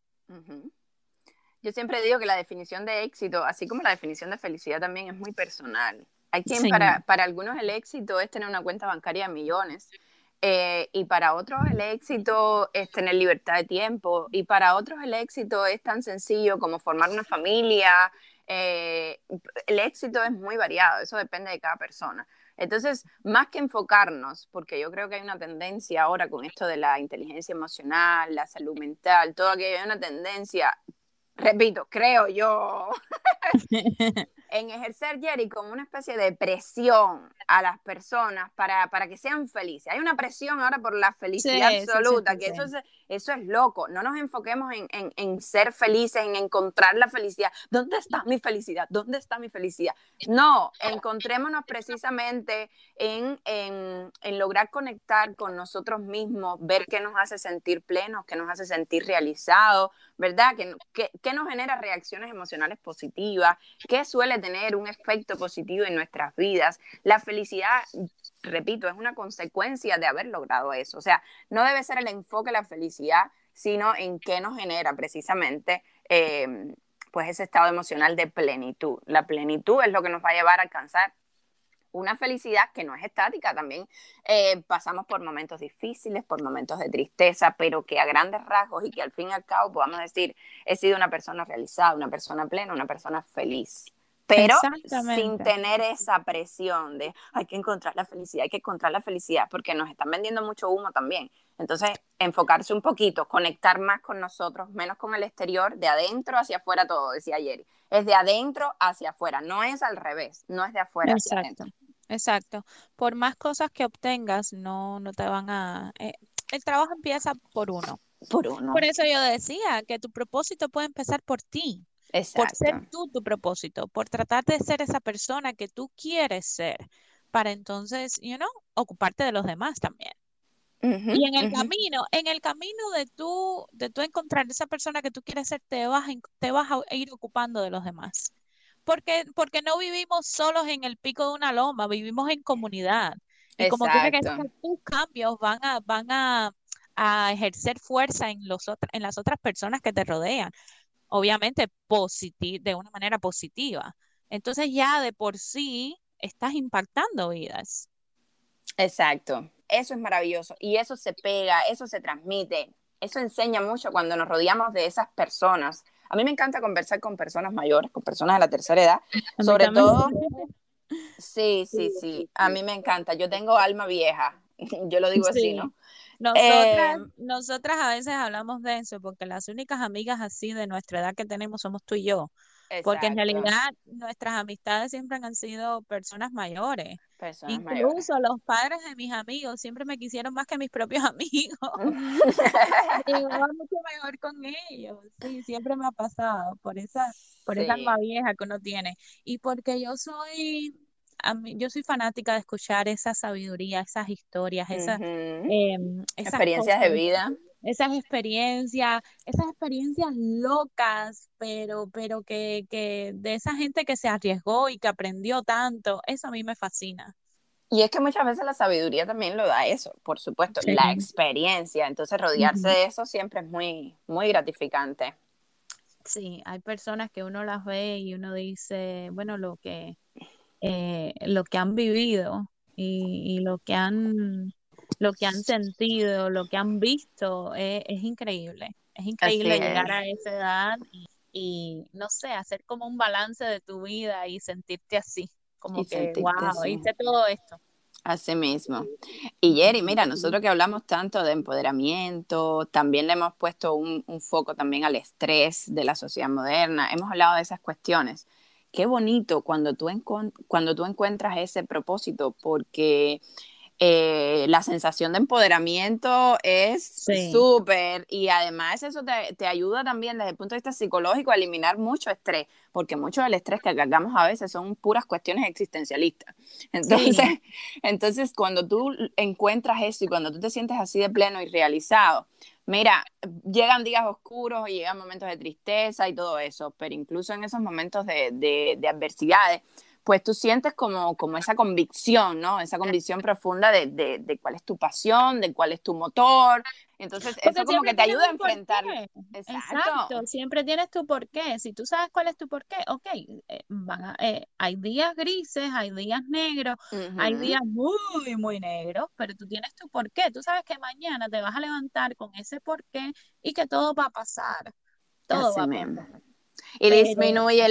Yo siempre digo que la definición de éxito, así como la definición de felicidad, también es muy personal. Hay quien Sí. para algunos el éxito es tener una cuenta bancaria de millones. Y para otros el éxito es tener libertad de tiempo, y para otros el éxito es tan sencillo como formar una familia. El éxito es muy variado, eso depende de cada persona. Entonces, más que enfocarnos, porque yo creo que hay una tendencia ahora con esto de la inteligencia emocional, la salud mental, todo aquello, hay una tendencia, repito, creo yo, en ejercer, Jerry, como una especie de presión a las personas para que sean felices. Hay una presión ahora por la felicidad absoluta, que eso es loco. No nos enfoquemos en ser felices, en encontrar la felicidad. ¿Dónde está mi felicidad? ¿Dónde está mi felicidad? No, encontrémonos precisamente en lograr conectar con nosotros mismos, ver qué nos hace sentir plenos, qué nos hace sentir realizados, ¿verdad? ¿Qué nos genera reacciones emocionales positivas? ¿Qué suele tener un efecto positivo en nuestras vidas? La felicidad repito, es una consecuencia de haber logrado eso. O sea, no debe ser el enfoque la felicidad, sino en qué nos genera precisamente pues ese estado emocional de plenitud. La plenitud es lo que nos va a llevar a alcanzar una felicidad que no es estática. También pasamos por momentos difíciles, por momentos de tristeza, pero que a grandes rasgos y que al fin y al cabo podamos decir, he sido una persona realizada, una persona plena, una persona feliz. Pero sin Exactamente. tener esa presión de hay que encontrar la felicidad, hay que encontrar la felicidad, porque nos están vendiendo mucho humo también. Entonces, enfocarse un poquito, conectar más con nosotros, menos con el exterior, de adentro hacia afuera todo, decía Jerry. Es de adentro hacia afuera, no es al revés, no es de afuera hacia Exacto, adentro. exacto. Por más cosas que obtengas, no te van a... el trabajo empieza por uno. Por uno. Por eso yo decía que tu propósito puede empezar por ti, por Exacto. ser tú tu propósito, por tratar de ser esa persona que tú quieres ser, para entonces, ocuparte de los demás también. Ujú, Y ujú. en el camino de tú encontrar esa persona que tú quieres ser, te vas a ir ocupando de los demás. Porque no vivimos solos en el pico de una loma, vivimos en comunidad. Y como quiera que sea, Exacto. tus cambios van a ejercer fuerza en las otras personas que te rodean. Obviamente, de una manera positiva. Entonces ya de por sí estás impactando vidas. Exacto. Eso es maravilloso. Y eso se pega, eso se transmite, eso enseña mucho cuando nos rodeamos de esas personas. A mí me encanta conversar con personas mayores, con personas de la tercera edad, A mí sobre también. todo, sí, sí, sí, a mí me encanta. Yo tengo alma vieja, yo lo digo así, Sí, ¿no? Eh, nosotras a veces hablamos de eso porque las únicas amigas así de nuestra edad que tenemos somos tú y yo, porque en exacto. realidad nuestras amistades siempre han sido personas mayores. Personas mayores. Incluso los padres de mis amigos siempre me quisieron más que mis propios amigos. Me llevaba mucho mejor con ellos. Sí, siempre me ha pasado por esa alma Sí. vieja que uno tiene. Y porque yo soy fanática de escuchar esa sabiduría, esas historias, Ujú. esas Experiencias de cosas, vida. esas experiencias locas, pero que de esa gente que se arriesgó y que aprendió tanto, eso a mí me fascina. Y es que muchas veces la sabiduría también lo da eso, por supuesto, la Sí. experiencia. Entonces rodearse Ujú. de eso siempre es muy, muy gratificante. Sí, hay personas que uno las ve y uno dice, bueno, lo que han vivido y lo que han sentido, lo que han visto, es increíble. Es Así increíble llegar es, a esa edad y, no sé, hacer como un balance de tu vida y sentirte así, como y que, sentirte wow, así, hice todo esto. así mismo. Y Jerry, mira, nosotros que hablamos tanto de empoderamiento, también le hemos puesto un foco también al estrés de la sociedad moderna, hemos hablado de esas cuestiones. Qué bonito cuando cuando tú encuentras ese propósito, porque la sensación de empoderamiento es Sí, súper y además eso te ayuda también desde el punto de vista psicológico a eliminar mucho estrés, porque mucho del estrés que cargamos a veces son puras cuestiones existencialistas. Entonces, sí. entonces cuando tú encuentras eso y cuando tú te sientes así de pleno y realizado, mira, llegan días oscuros y llegan momentos de tristeza y todo eso, pero incluso en esos momentos de adversidades, pues tú sientes como esa convicción, ¿no? Esa convicción profunda de cuál es tu pasión, de cuál es tu motor. Entonces, eso Porque como siempre que te tienes ayuda a un enfrentar. porqué. Exacto. Exacto, siempre tienes tu porqué. Si tú sabes cuál es tu porqué, ok, hay días grises, hay días negros, hay Ujú. días muy, muy negros, pero tú tienes tu porqué. Tú sabes que mañana te vas a levantar con ese porqué y que todo va a pasar. Todo Así va a mismo. pasar. Y Pero, disminuye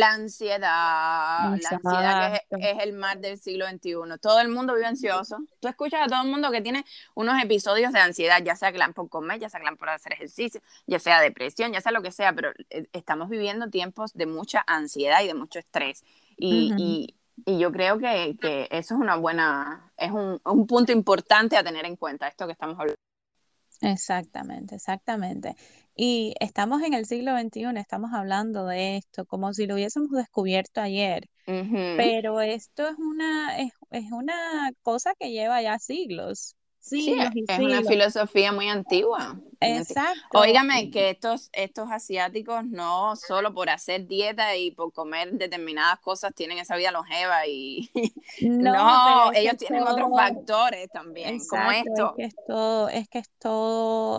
la ansiedad que exacto. es el mal del siglo XXI. Todo el mundo vive ansioso. Tú escuchas a todo el mundo que tiene unos episodios de ansiedad, ya sea que la han por comer, ya sea que la han por hacer ejercicio, ya sea depresión, ya sea lo que sea, pero estamos viviendo tiempos de mucha ansiedad y de mucho estrés. Y, Ujú. y, y yo creo que eso es es un punto importante a tener en cuenta, esto que estamos hablando. Exactamente, exactamente. Y estamos en el siglo XXI, estamos hablando de esto como si lo hubiésemos descubierto ayer. Ujú. Pero esto es una cosa que lleva ya siglos, Sí, siglos y es una siglos. filosofía muy antigua. Exacto. Óigame, que estos asiáticos no solo por hacer dieta y por comer determinadas cosas tienen esa vida longeva y No, pero no, es que ellos es tienen otros todo, factores también, como exacto, esto. es que es todo,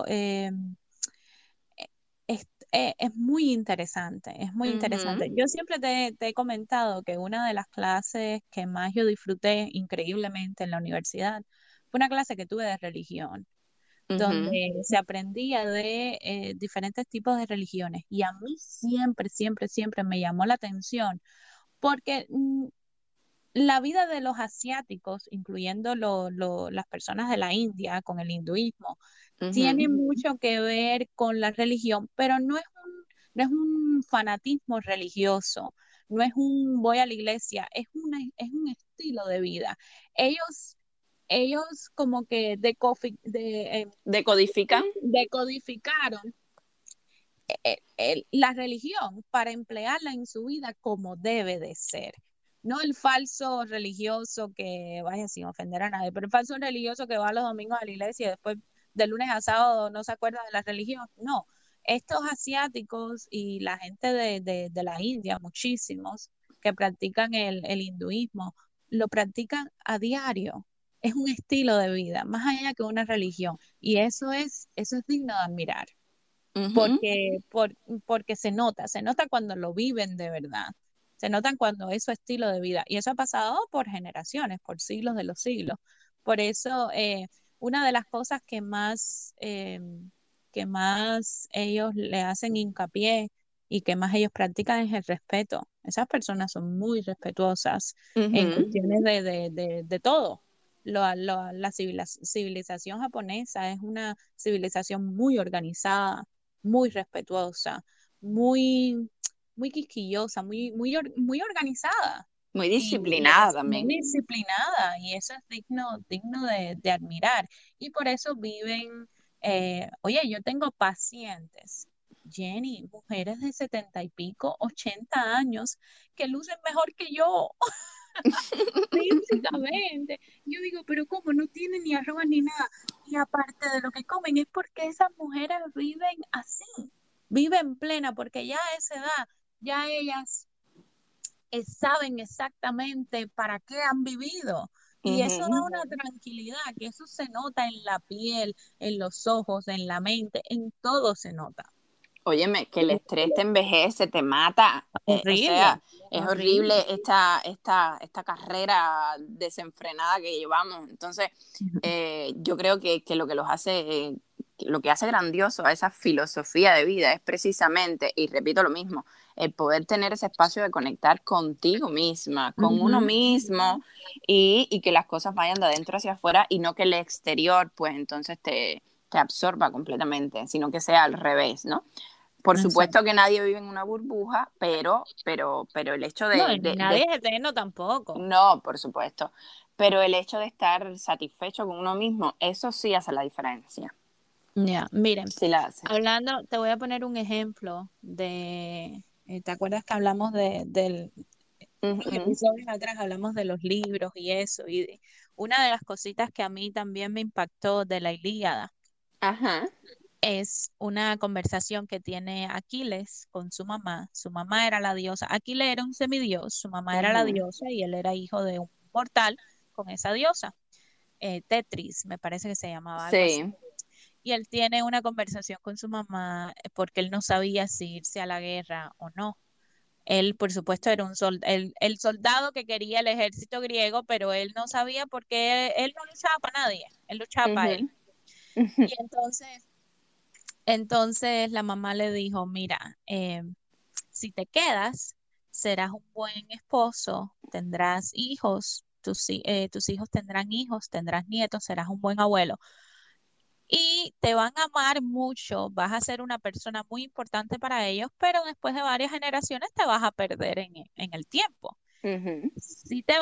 es muy interesante, es muy Ujú, interesante. Yo siempre te he comentado que una de las clases que más yo disfruté increíblemente en la universidad fue una clase que tuve de religión, ujú. donde se aprendía de diferentes tipos de religiones. Y a mí siempre, siempre, siempre me llamó la atención porque la vida de los asiáticos, incluyendo las personas de la India con el hinduismo, tiene Ujú, mucho que ver con la religión, pero no es un fanatismo religioso, no es un voy a la iglesia, es un estilo de vida. Ellos, ellos como que decodifican. decodificaron la religión para emplearla en su vida como debe de ser. No el falso religioso que, vaya sin ofender a nadie, pero el falso religioso que va los domingos a la iglesia y después de lunes a sábado no se acuerda de la religión. No, estos asiáticos y la gente de la India, muchísimos que practican el hinduismo, lo practican a diario. Es un estilo de vida, más allá que una religión. Y eso es digno de admirar Ujú. porque, porque se nota cuando lo viven de verdad, se notan cuando es su estilo de vida. Y eso ha pasado por generaciones, por siglos de los siglos. Por eso, una de las cosas que más ellos le hacen hincapié y que más ellos practican es el respeto. Esas personas son muy respetuosas en Ujú. cuestiones de todo. La civilización japonesa es una civilización muy organizada, muy respetuosa, muy, muy quisquillosa, muy organizada Muy y disciplinada es muy también. disciplinada y eso es digno de admirar. Y por eso viven, oye, yo tengo pacientes, Jenny, mujeres de 70 y pico, 80 años, que lucen mejor que yo físicamente. Yo digo, pero ¿cómo? No tienen ni arrugas ni nada. Y aparte de lo que comen, es porque esas mujeres viven así, viven plena, porque ya a esa edad, ya ellas saben exactamente para qué han vivido. Y eso da Ujú. una tranquilidad, que eso se nota en la piel, en los ojos, en la mente, en todo se nota. Óyeme, que el estrés te envejece, te mata. O Horrible, sea, es horrible horrible. esta carrera desenfrenada que llevamos. Entonces, yo creo que lo que los hace, lo que hace grandioso a esa filosofía de vida es precisamente, y repito lo mismo, el poder tener ese espacio de conectar contigo misma, con uno Ujú. mismo, y que las cosas vayan de adentro hacia afuera y no que el exterior, pues entonces te absorba completamente, sino que sea al revés, ¿no? Por Exacto. supuesto que nadie vive en una burbuja, pero el hecho No, ni nadie es eterno tampoco. no, por supuesto, pero el hecho de estar satisfecho con uno mismo, eso sí hace la diferencia. Ya, miren, Sí la hace. hablando, te voy a poner un ejemplo ¿te acuerdas que hablamos unos Ujú. episodios atrás hablamos de los libros y eso? Una de las cositas que a mí también me impactó de la Ilíada Ajá. es una conversación que tiene Aquiles con su mamá. Su mamá era la diosa. Aquiles era un semidios, su mamá era la Ujú. diosa y él era hijo de un mortal con esa diosa. Tetris, me parece que se llamaba algo así. Sí. Y él tiene una conversación con su mamá porque él no sabía si irse a la guerra o no. Él, por supuesto, era el soldado que quería el ejército griego, pero él no sabía porque él no luchaba para nadie, él luchaba para él. Ujú. Ujú. Y entonces la mamá le dijo, mira, si te quedas, serás un buen esposo, tendrás hijos, tus hijos tendrán hijos, tendrás nietos, serás un buen abuelo y te van a amar mucho, vas a ser una persona muy importante para ellos, pero después de varias generaciones te vas a perder en el tiempo. Ujú. Si te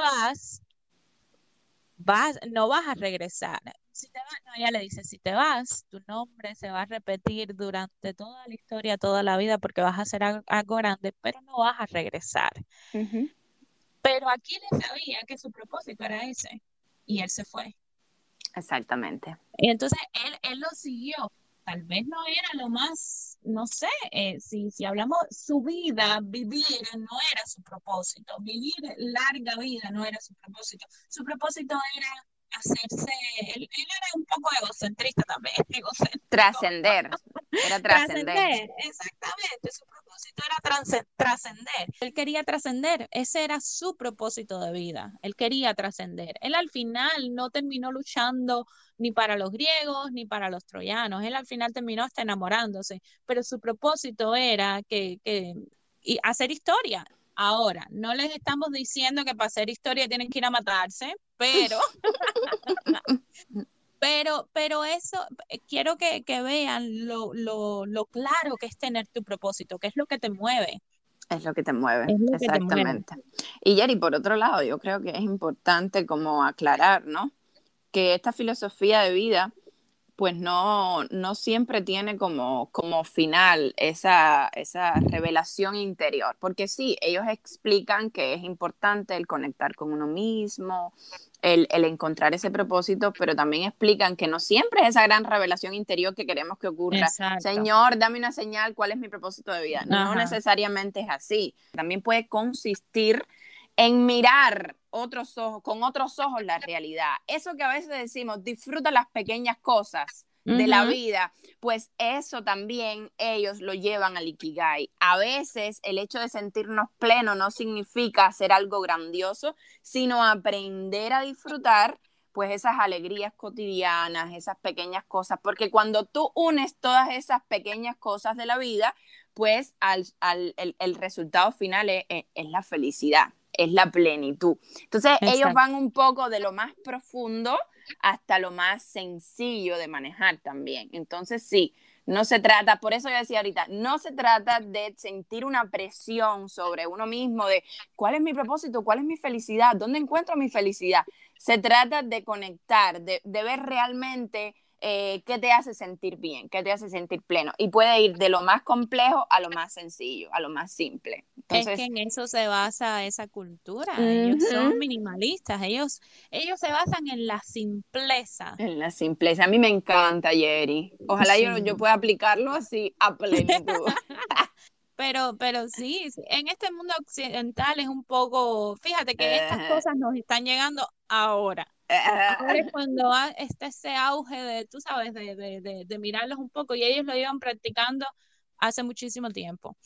no vas a regresar. Si te vas, no, ella le dice, si te vas, tu nombre se va a repetir durante toda la historia, toda la vida, porque vas a hacer algo grande, pero no vas a regresar. Ujú. Pero aquí le sabía que su propósito era ese, y él se fue. Exactamente. Y entonces él lo siguió. Tal vez no era lo más, no sé, si hablamos, su vida, vivir no era su propósito, vivir larga vida no era su propósito era hacerse, él era un poco egocentrista también, egocéntrico. Trascender, era trascender. Trascender, exactamente, su propósito era trascender. Él quería trascender, ese era su propósito de vida, él quería trascender. Él al final no terminó luchando ni para los griegos ni para los troyanos, él al final terminó hasta enamorándose, pero su propósito era y hacer historia. Ahora, no les estamos diciendo que para hacer historia tienen que ir a matarse, pero eso, quiero que vean lo claro que es tener tu propósito, que es lo que te mueve. Es lo que te mueve, Es lo que te mueve. exactamente. Y Yeri, por otro lado, yo creo que es importante como aclarar, ¿no? Que esta filosofía de vida, pues no siempre tiene como final esa revelación interior, porque sí, ellos explican que es importante el conectar con uno mismo, el encontrar ese propósito, pero también explican que no siempre es esa gran revelación interior que queremos que ocurra. Exacto. Señor, dame una señal, ¿cuál es mi propósito de vida? Ajá. No necesariamente es así. También puede consistir en mirar con otros ojos la realidad. Eso que a veces decimos, disfruta las pequeñas cosas de la vida, pues eso también ellos lo llevan al Ikigai. A veces el hecho de sentirnos plenos no significa hacer algo grandioso, sino aprender a disfrutar pues esas alegrías cotidianas, esas pequeñas cosas, porque cuando tú unes todas esas pequeñas cosas de la vida, pues el resultado final es la felicidad, es la plenitud. Entonces ellos van un poco de lo más profundo hasta lo más sencillo de manejar también. Entonces sí, no se trata, por eso yo decía ahorita, no se trata de sentir una presión sobre uno mismo de cuál es mi propósito, cuál es mi felicidad, dónde encuentro mi felicidad. Se trata de conectar, de ver realmente qué te hace sentir bien, qué te hace sentir pleno. Y puede ir de lo más complejo a lo más sencillo, a lo más simple. Entonces, es que en eso se basa esa cultura. Ellos son minimalistas, ellos se basan en la simpleza. En la simpleza. A mí me encanta, Yeri. Ojalá yo pueda aplicarlo así a plenitud. Pero sí, en este mundo occidental es un poco, fíjate que estas cosas nos están llegando ahora. Ahora es cuando está ese auge de, tú sabes, de mirarlos un poco, y ellos lo llevan practicando hace muchísimo tiempo.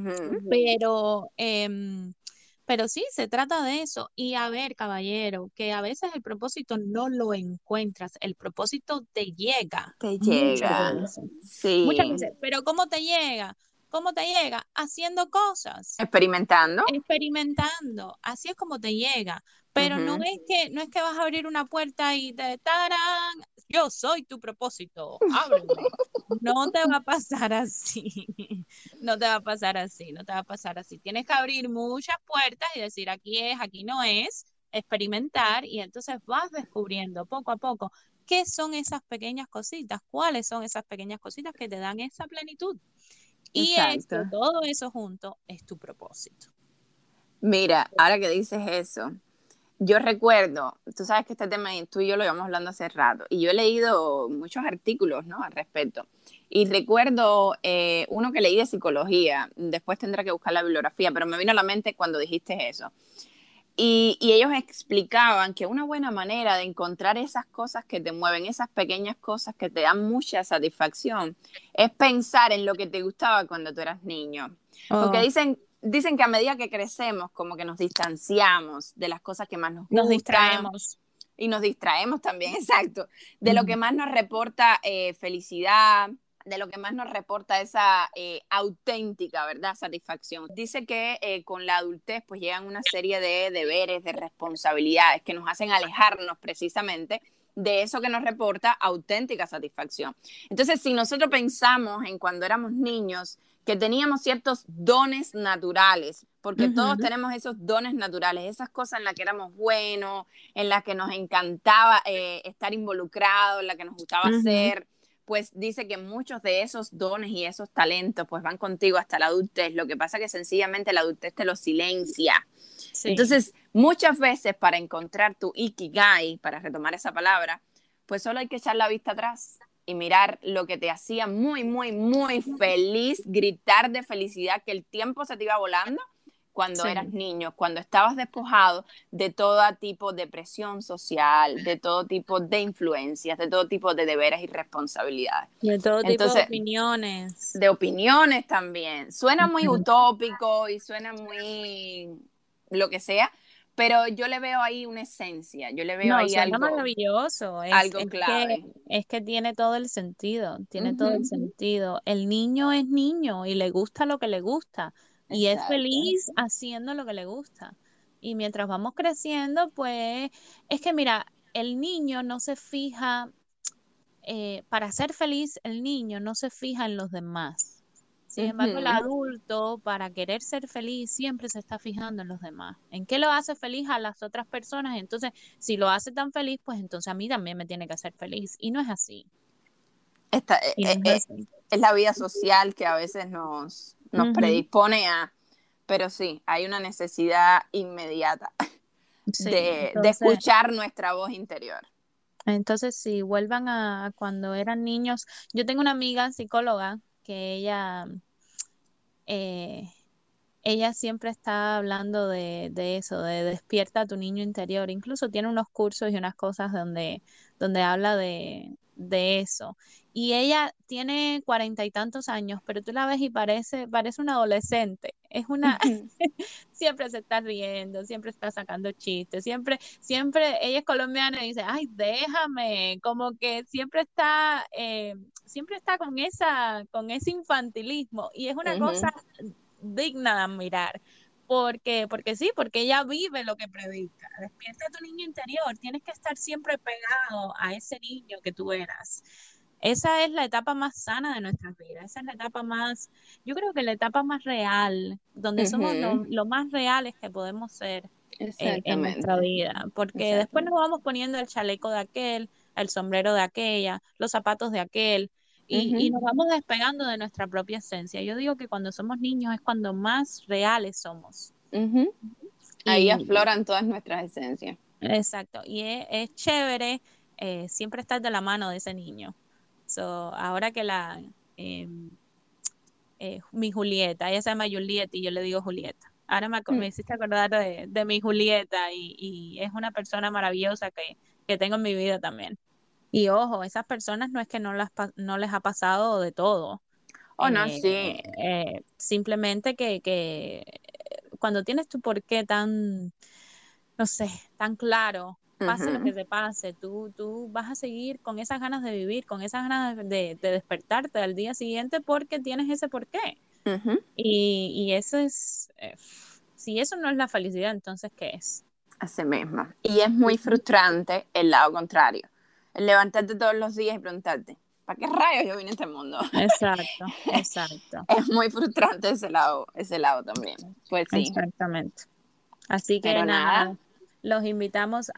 Pero sí, se trata de eso. Y a ver, caballero, que a veces el propósito no lo encuentras, el propósito te llega. Te llega. Sí. Muchas veces. Pero ¿cómo te llega? ¿Cómo te llega? Haciendo cosas. Experimentando. Así es como te llega. Pero no es que vas a abrir una puerta y te tarán, yo soy tu propósito, ábreme. No te va a pasar así. No te va a pasar así. Tienes que abrir muchas puertas y decir aquí es, aquí no es, experimentar, y entonces vas descubriendo poco a poco qué son esas pequeñas cositas, cuáles son esas pequeñas cositas que te dan esa plenitud. Y todo eso junto es tu propósito. Mira, ahora que dices eso, yo recuerdo, tú sabes que este tema tú y yo lo íbamos hablando hace rato, y yo he leído muchos artículos, ¿no?, al respecto. Y recuerdo uno que leí de psicología, después tendré que buscar la bibliografía, pero me vino a la mente cuando dijiste eso. Y ellos explicaban que una buena manera de encontrar esas cosas que te mueven, esas pequeñas cosas que te dan mucha satisfacción, es pensar en lo que te gustaba cuando tú eras niño. Porque dicen que a medida que crecemos, como que nos distanciamos de las cosas que más nos gustan. Nos distraemos. Y nos distraemos también, exacto, de lo que más nos reporta felicidad, de lo que más nos reporta esa auténtica, ¿verdad?, satisfacción. Dice que con la adultez pues llegan una serie de deberes, de responsabilidades que nos hacen alejarnos precisamente de eso que nos reporta auténtica satisfacción. Entonces, si nosotros pensamos en cuando éramos niños, que teníamos ciertos dones naturales, porque todos tenemos esos dones naturales, esas cosas en las que éramos buenos, en las que nos encantaba estar involucrados, en las que nos gustaba hacer, pues dice que muchos de esos dones y esos talentos pues van contigo hasta la adultez. Lo que pasa es que sencillamente la adultez te lo silencia. Sí. Entonces, muchas veces para encontrar tu Ikigai, para retomar esa palabra, pues solo hay que echar la vista atrás y mirar lo que te hacía muy, muy, muy feliz, gritar de felicidad que el tiempo se te iba volando cuando Sí. eras niño, cuando estabas despojado de todo tipo de presión social, de todo tipo de influencias, de todo tipo de deberes y responsabilidades. De todo tipo de Entonces, opiniones. de opiniones también. Suena muy utópico y suena muy lo que sea, pero yo le veo ahí una esencia, yo le veo No, ahí suena algo, maravilloso. algo clave. Es que tiene todo el sentido, tiene todo el Ujú. sentido. El niño es niño y le gusta lo que le gusta y es Exacto. feliz haciendo lo que le gusta. Y mientras vamos creciendo, pues es que mira, el niño no se fija, para ser feliz, el niño no se fija en los demás. Sin embargo, el Ujú. adulto, para querer ser feliz, siempre se está fijando en los demás. ¿En qué lo hace feliz a las otras personas? Entonces, si lo hace tan feliz, pues entonces a mí también me tiene que hacer feliz. Y no es así. Esta, Y no es así. es la vida social que a veces nos Ujú. predispone a, pero sí, hay una necesidad inmediata Sí, de escuchar nuestra voz interior. entonces sí, vuelvan a cuando eran niños. Yo tengo una amiga psicóloga que eh, ella siempre está hablando de eso, de despierta a tu niño interior. Incluso tiene unos cursos y unas cosas donde habla de eso. Y ella tiene 40 y tantos años, pero tú la ves y parece una adolescente. Es una, siempre se está riendo, siempre está sacando chistes, siempre, ella es colombiana y dice, ay, déjame, como que siempre está con ese infantilismo. Y es una cosa Ujú. digna de admirar. Porque sí, porque ella vive lo que predica. Despierta a tu niño interior. Tienes que estar siempre pegado a ese niño que tú eras. Esa es la etapa más sana de nuestras vidas. Esa es la etapa más, yo creo que la etapa más real, donde somos Ujú. lo más reales que podemos ser en nuestra Exactamente. vida. Porque después nos Exactamente. vamos poniendo el chaleco de aquel, el sombrero de aquella, los zapatos de aquel y Ujú. nos vamos despegando de nuestra propia esencia. Yo digo que cuando somos niños es cuando más reales somos. Ujú. Ahí Y afloran todas nuestras esencias. exacto, y es chévere siempre estar de la mano de ese niño. So, ahora que eh, mi Julieta, ella se llama Julieta y yo le digo Julieta. Ahora me Mm. hiciste acordar de mi Julieta y es una persona maravillosa que tengo en mi vida también. Y ojo, esas personas no es que no les ha pasado de todo. Oh, no, sí. Simplemente que cuando tienes tu porqué tan, no sé, tan claro, pase lo que Ujú. te pase, tú vas a seguir con esas ganas de vivir, con esas ganas de despertarte al día siguiente porque tienes ese porqué. Ujú. Y eso es, si eso no es la felicidad, entonces, ¿qué es? Así mismo. Y es muy frustrante el lado contrario. El levantarte todos los días y preguntarte, ¿para qué rayos yo vine a este mundo? Exacto, exacto, Es muy frustrante ese lado también. Pues sí. exactamente. Así que Pero nada. nada, los invitamos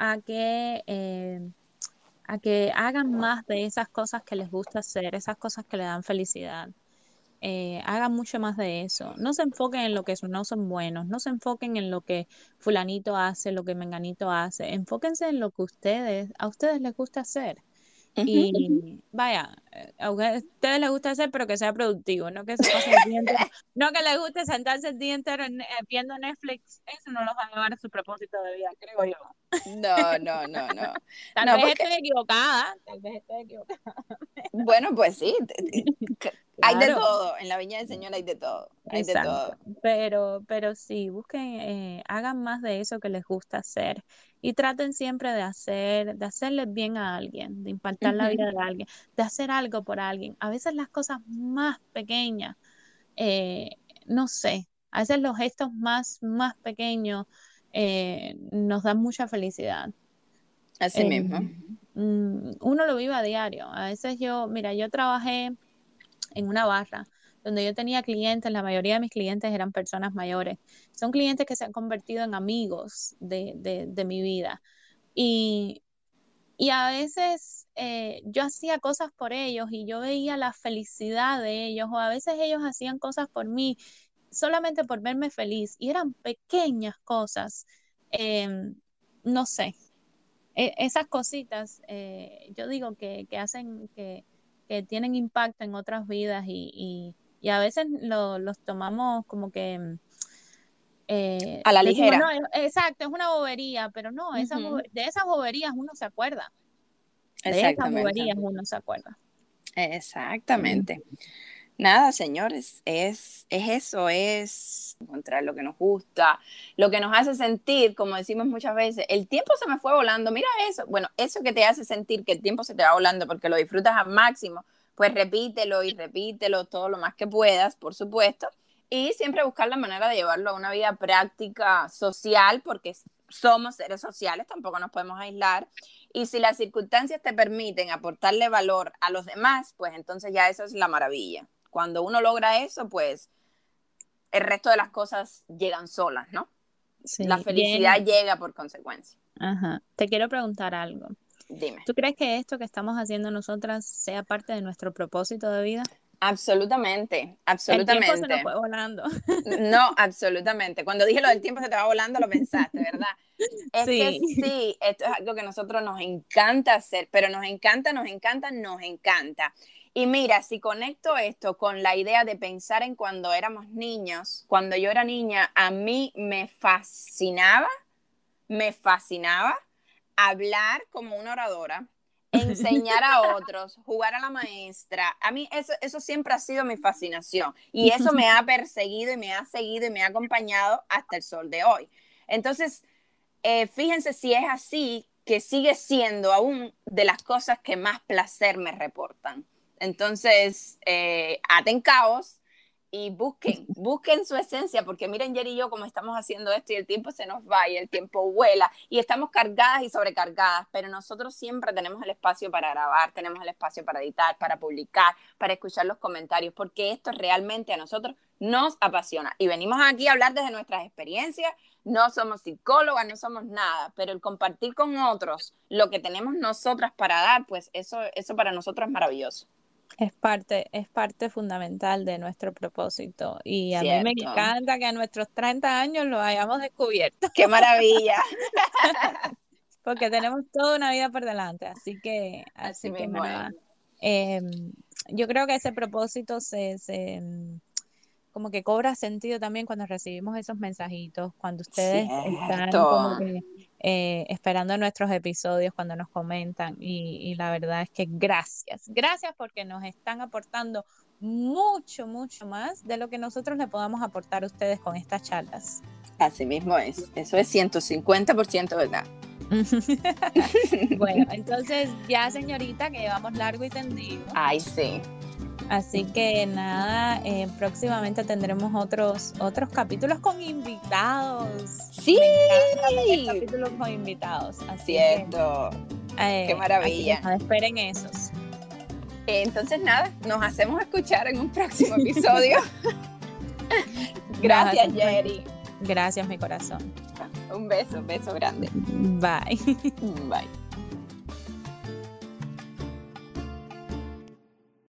a que hagan más de esas cosas que les gusta hacer, esas cosas que le dan felicidad. Hagan mucho más de eso. No se enfoquen en lo que no son buenos, no se enfoquen en lo que fulanito hace, lo que menganito hace. Enfóquense en lo que a ustedes les gusta hacer. Ujú. Y vaya, a ustedes les gusta hacer, pero que sea productivo, no que se pase el día entero, no que les guste sentarse el día entero viendo Netflix, eso no los va a llevar a su propósito de vida, creo yo. No, no, no, no. Tal No, vez porque, estoy equivocada, tal vez estoy equivocada. bueno, pues sí. Hay de Claro, todo. En la Viña del Señor hay de todo. Hay de exacto. todo. Pero sí, busquen, hagan más de eso que les gusta hacer y traten siempre de hacerles bien a alguien, de impactar la Ujú. vida de alguien, de hacer algo por alguien. A veces las cosas más pequeñas, eh, no sé, a veces los gestos más pequeños nos dan mucha felicidad. Así Eh, mismo. Uno lo vive a diario. A veces mira, yo trabajé en una barra donde yo tenía clientes, la mayoría de mis clientes eran personas mayores. Son clientes que se han convertido en amigos de mi vida. Y, y a veces yo hacía cosas por ellos y yo veía la felicidad de ellos, o a veces ellos hacían cosas por mí solamente por verme feliz. Y eran pequeñas cosas. No sé, esas cositas, yo digo que hacen que tienen impacto en otras vidas y a veces los tomamos como que a la decimos, ligera. no, exacto, es una bobería, pero no, de esas boberías uno se acuerda. De esas boberías uno se acuerda. Exactamente. Nada, señores, es eso, es encontrar lo que nos gusta, lo que nos hace sentir, como decimos muchas veces, el tiempo se me fue volando, mira eso. Bueno, eso que te hace sentir que el tiempo se te va volando porque lo disfrutas al máximo, pues repítelo y repítelo todo lo más que puedas, por supuesto, y siempre buscar la manera de llevarlo a una vida práctica social, porque somos seres sociales, tampoco nos podemos aislar, y si las circunstancias te permiten aportarle valor a los demás, pues entonces ya eso es la maravilla. Cuando uno logra eso, pues el resto de las cosas llegan solas, ¿no? Sí, la felicidad llega por consecuencia. Ajá. Te quiero preguntar algo. Dime. ¿Tú crees que esto que estamos haciendo nosotras sea parte de nuestro propósito de vida? Absolutamente, absolutamente. El tiempo se nos fue volando. No, absolutamente. Cuando dije lo del tiempo se te va volando, lo pensaste, ¿verdad? Es que sí, esto es algo que a nosotros nos encanta hacer, pero nos encanta. Y mira, si conecto esto con la idea de pensar en cuando éramos niños, cuando yo era niña, a mí me fascinaba hablar como una oradora, enseñar a otros, jugar a la maestra. A mí eso siempre ha sido mi fascinación y eso me ha perseguido y me ha seguido y me ha acompañado hasta el sol de hoy. Entonces, fíjense si es así, que sigue siendo aún de las cosas que más placer me reportan. Entonces, aten cabos y busquen su esencia, porque miren Jerry y yo como estamos haciendo esto y el tiempo se nos va y el tiempo vuela y estamos cargadas y sobrecargadas, pero nosotros siempre tenemos el espacio para grabar, tenemos el espacio para editar, para publicar, para escuchar los comentarios, porque esto realmente a nosotros nos apasiona y venimos aquí a hablar desde nuestras experiencias. No somos psicólogas, no somos nada, pero el compartir con otros lo que tenemos nosotras para dar, pues eso para nosotros es maravilloso. Es parte fundamental de nuestro propósito y a mí me encanta que a nuestros 30 años lo hayamos descubierto. ¡Qué maravilla! Porque tenemos toda una vida por delante, así que nada. Yo creo que ese propósito como que cobra sentido también cuando recibimos esos mensajitos, cuando ustedes están como que esperando nuestros episodios, cuando nos comentan y la verdad es que gracias porque nos están aportando mucho más de lo que nosotros le podamos aportar a ustedes con estas charlas. Así mismo es, eso es 150% verdad. Bueno, entonces ya señorita, que llevamos largo y tendido. Ay, sí. Así que nada, próximamente tendremos otros capítulos con invitados. Sí, capítulos con invitados. Así cierto. Qué maravilla. Esperen esos. Entonces nada, nos hacemos escuchar en un próximo episodio. Gracias, Jerry. Gracias, mi corazón. Un beso grande. Bye. Bye.